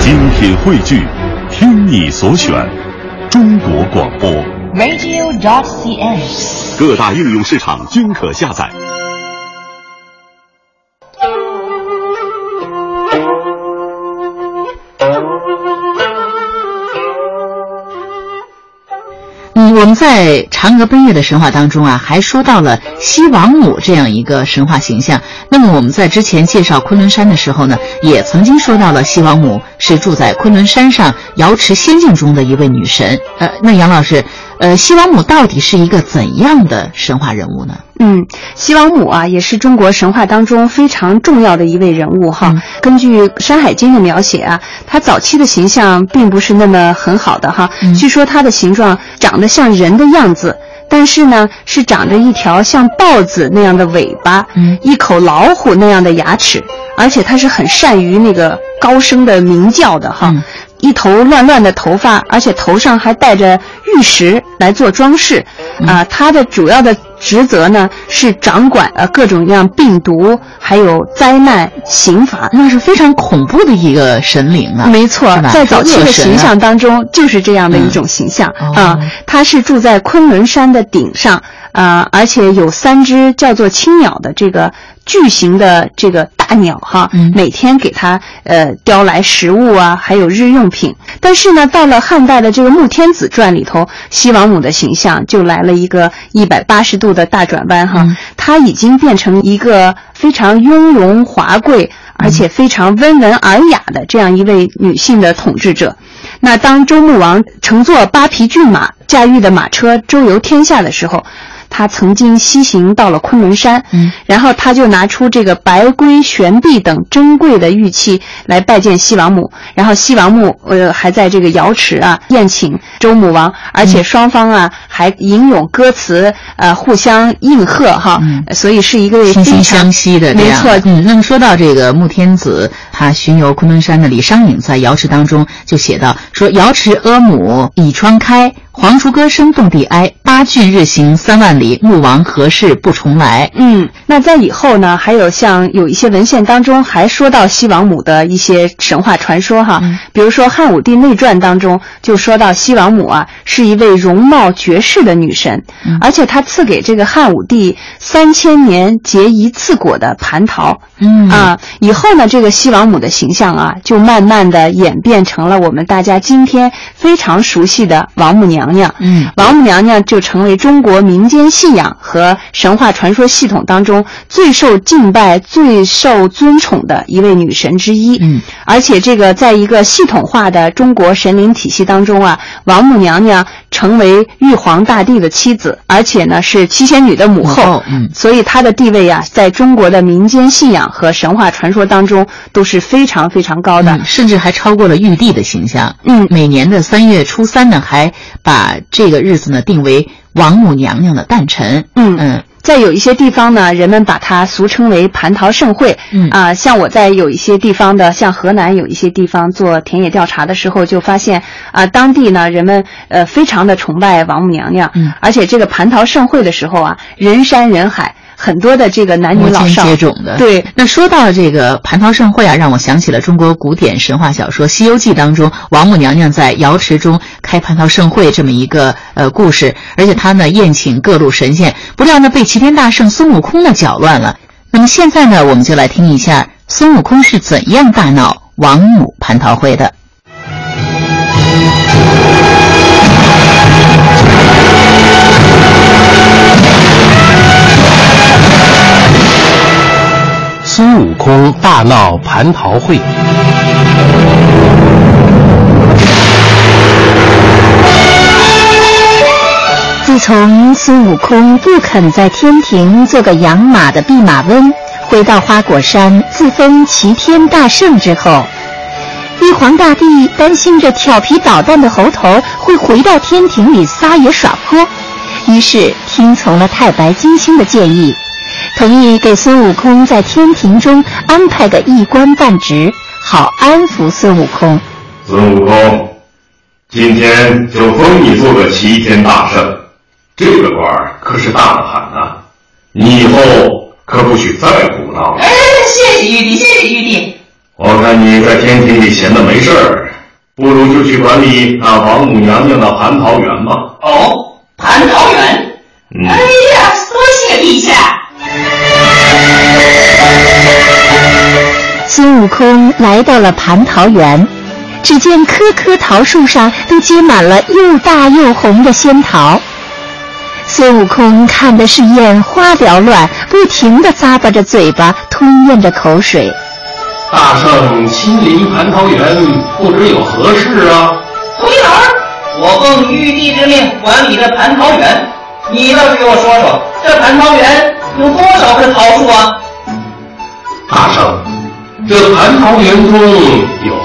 精品汇聚，听你所选，中国广播 radio.cn， 各大应用市场均可下载。 我们在嫦娥奔月的神话当中啊，还说到了西王母这样一个神话形象。那么我们在之前介绍昆仑山的时候呢，也曾经说到了西王母是住在昆仑山上瑶池仙境中的一位女神。那杨老师，西王母到底是一个怎样的神话人物呢？ 西王母啊，也是中国神话当中非常重要的一位人物哈。根据《山海经》的描写啊，她早期的形象并不是那么很好的哈。据说她的形状长得像人的样子，但是呢，是长着一条像豹子那样的尾巴，一口老虎那样的牙齿，而且她是很善于那个高声的鸣叫的哈。一头乱乱的头发，而且头上还戴着玉石来做装饰。他的主要的职责呢是掌管各种各样病毒，还有灾难、刑罚。 那是非常恐怖的一个神灵啊！ 没错，在早期的形象当中就是这样的一种形象他是住在昆仑山的顶上而且有3只叫做青鸟的这个巨型的这个大鸟哈，每天给它叼来食物啊，还有日用品。但是呢，到了汉代的这个《穆天子传》里头，西王母的形象就来了一个180度的大转弯哈，她已经变成一个非常雍容华贵，而且非常温文尔雅的这样一位女性的统治者。那当周穆王乘坐8匹骏马，驾驭的马车周游天下的时候，他曾经西行到了昆仑山，然后他就拿出这个白龟、玄璧等珍贵的玉器来拜见西王母，然后西王母还在这个瑶池宴请周穆王，而且双方还吟咏歌词互相应和哈，所以是一个惺惺相惜的这样。 没错， 那么说到这个穆天子他巡游昆仑山的李商隐在瑶池当中就写到说：瑶池阿母倚窗开，黄鹄歌声动地哀，8骏日行3万里，穆王何事不重来。 那在以后呢，还有像有一些文献当中还说到西王母的一些神话传说哈，比如说汉武帝内传当中就说到西王母是一位容貌绝世的女神，而且她赐给这个汉武帝3000年结一次果的蟠桃。以后呢，这个西王母的形象就慢慢的演变成了我们大家今天非常熟悉的王母娘娘。王母娘娘就成为中国民间信仰和神话传说系统当中最受敬拜、最受尊崇的一位女神之一。而且这个在一个系统化的中国神灵体系当中王母娘娘成为玉皇大帝的妻子，而且呢是七仙女的母后。所以她的地位在中国的民间信仰和神话传说当中都是非常非常高的， 甚至还超过了玉帝的形象。每年的3月初3呢，还把这个日子呢定为王母娘娘的诞辰。 在有一些地方呢，人们把它俗称为蟠桃盛会。像我在有一些地方的，像河南有一些地方做田野调查的时候，就发现当地呢人们非常的崇拜王母娘娘。而且这个蟠桃盛会的时候人山人海，很多的这个男女老少接踵的。对，那说到这个蟠桃盛会让我想起了中国古典神话小说《西游记》当中王母娘娘在瑶池中开蟠桃盛会这么一个故事，而且她呢宴请各路神仙，不料呢被齐天大圣孙悟空呢搅乱了。那么现在呢，我们就来听一下孙悟空是怎样大闹王母蟠桃会的。 孙悟空大闹蟠桃会。 自从孙悟空不肯在天庭做个养马的弼马温，回到花果山自封齐天大圣之后，玉皇大帝担心着调皮捣蛋的猴头会回到天庭里撒野耍泼，于是听从了太白金星的建议，同意给孙悟空在天庭中安排个一官半职，好安抚孙悟空。 孙悟空，今天就封你做个齐天大圣，这个官可是大得很啊！你以后可不许再胡闹了。 谢谢玉帝，谢谢玉帝。 我看你在天庭里闲得没事儿，不如就去管理那王母娘娘的蟠桃园吧。 哦，蟠桃园？哎呀，多谢陛下。 孙悟空来到了蟠桃园，只见棵棵桃树上都结满了又大又红的仙桃。孙悟空看得是眼花缭乱，不停地咂巴着嘴巴，吞咽着口水。 大圣亲临蟠桃园，不知有何事啊？ 回哪儿？我奉玉帝之命管理这蟠桃园，你倒是给我说说，这蟠桃园有多少棵桃树啊？ 大圣，这蟠桃园中有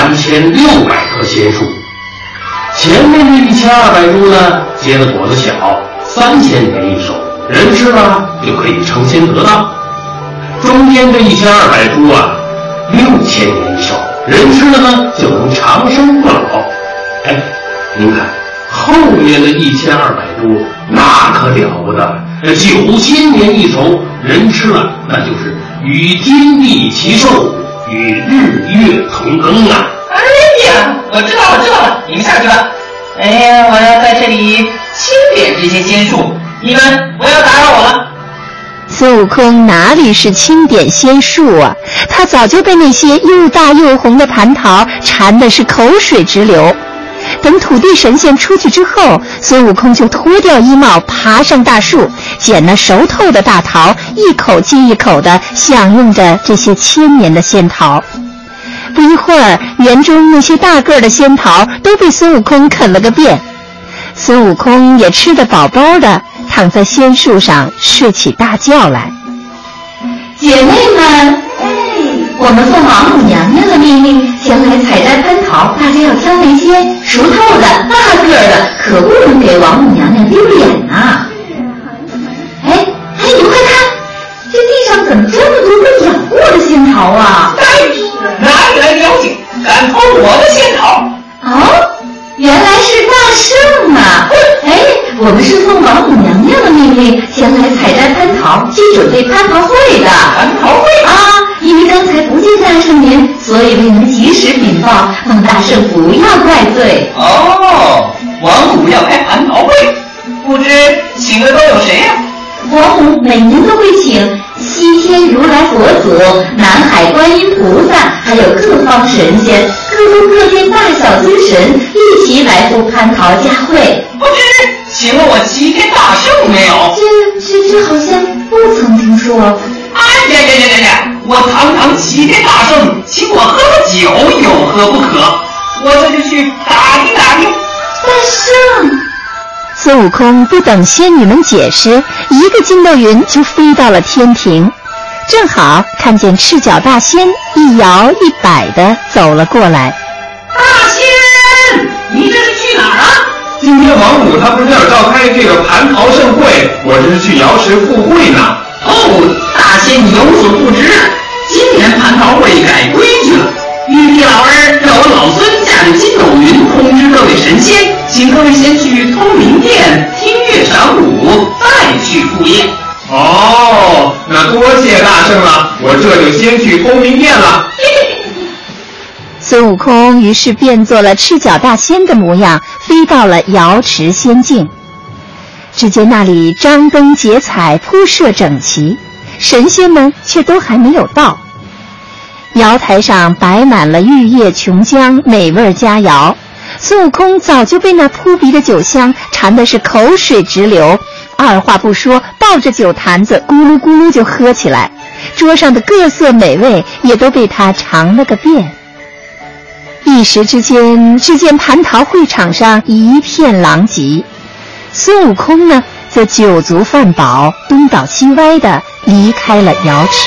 3600棵仙树，前面这1200株呢，结的果子小，3000年一熟，人吃了就可以成仙得道。中间这1200株啊，6000年一熟，人吃了呢就能长生不老。哎，您看后面的1200株那可了不得，9000年一熟，人吃了那就是与天地齐寿，与日月同庚啊！ 哎呀，我知道了，你们下去吧。哎呀，我要在这里清点这些仙树，你们不要打扰我了。 孙悟空哪里是清点仙树啊，他早就被那些又大又红的蟠桃馋的是口水直流。等土地神仙出去之后，孙悟空就脱掉衣帽，爬上大树，捡那熟透的大桃，一口接一口地享用着这些1000年的仙桃。不一会儿，园中那些大个的仙桃都被孙悟空啃了个遍。孙悟空也吃得饱饱的，躺在仙树上睡起大觉来。 姐妹们，我们奉王母娘娘的命令前来采摘蟠桃，大家要挑那些熟透的、大个的，可不能给王母娘娘丢脸呐！哎，你快看，这地上怎么这么多被咬过的仙桃啊？ 哪里来的妖精，敢偷我的仙桃？ 哦，原来是大圣啊！哎，我们是奉王母娘娘的命令前来采摘蟠桃，去准备蟠桃会的。 蟠桃会啊！因为刚才不见大圣您，所以未能及时禀报，望大圣不要怪罪。 哦，王母要开蟠桃会，不知请的都有谁呀？ 王母每年都会请西天如来佛祖、南海观音菩萨，还有各方神仙、各州各殿大小尊神一起来赴蟠桃佳会。 不知请了我齐天大圣没有？ 这好像不曾听说。 哎呀！我堂齐天大圣请我喝个酒，有何不可？我这就去打听打听。 大圣。 孙悟空不等仙女们解释，一个筋斗云就飞到了天庭，正好看见赤脚大仙一摇一摆地走了过来。 大仙，你这是去哪儿啊？ 今天王母她不是要召开这个蟠桃盛会，我这是去瑶池赴会呢。 哦，大仙你有所不知，今年蟠桃会改规矩了。玉帝老儿让我老孙驾着筋斗云通知各位神仙，请各位先去通明殿听乐赏舞，再去赴宴。 哦，那多谢大圣了，我这就先去通明殿了。 孙悟空于是变作了赤脚大仙的模样，飞到了瑶池仙境。只见那里张灯结彩，铺设整齐，神仙们却都还没有到。瑶台上摆满了玉液琼浆，美味佳肴。孙悟空早就被那扑鼻的酒香馋的是口水直流，二话不说，抱着酒坛子咕噜咕噜就喝起来。桌上的各色美味也都被他尝了个遍。一时之间，只见蟠桃会场上一片狼藉，孙悟空呢，则酒足饭饱，东倒西歪地离开了瑶池。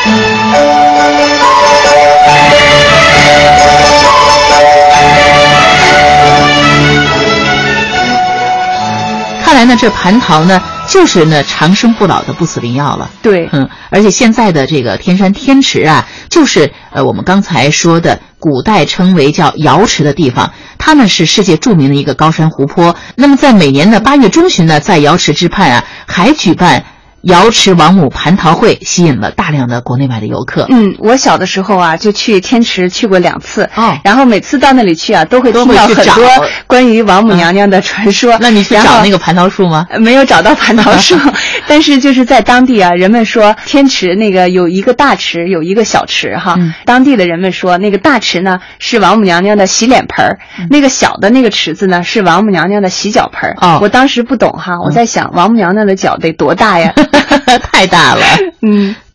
看来呢，这蟠桃呢，就是呢长生不老的不死灵药了。 对， 而且现在的这个天山天池啊，就是我们刚才说的古代称为叫瑶池的地方，它呢是世界著名的一个高山湖泊。那么在每年的8月中旬呢，在瑶池之畔啊，还举办瑶池王母蟠桃会吸引了大量的国内外的游客。 我小的时候啊，就去天池去过2次，然后每次到那里去啊，都会听到很多关于王母娘娘的传说。 那你去找那个蟠桃树吗？ 没有找到蟠桃树，但是就是在当地啊，人们说天池那个有一个大池，有一个小池哈。当地的人们说，那个大池呢是王母娘娘的洗脸盆，那个小的那个池子呢是王母娘娘的洗脚盆。我当时不懂哈，我在想王母娘娘的脚得多大呀？ 太大了。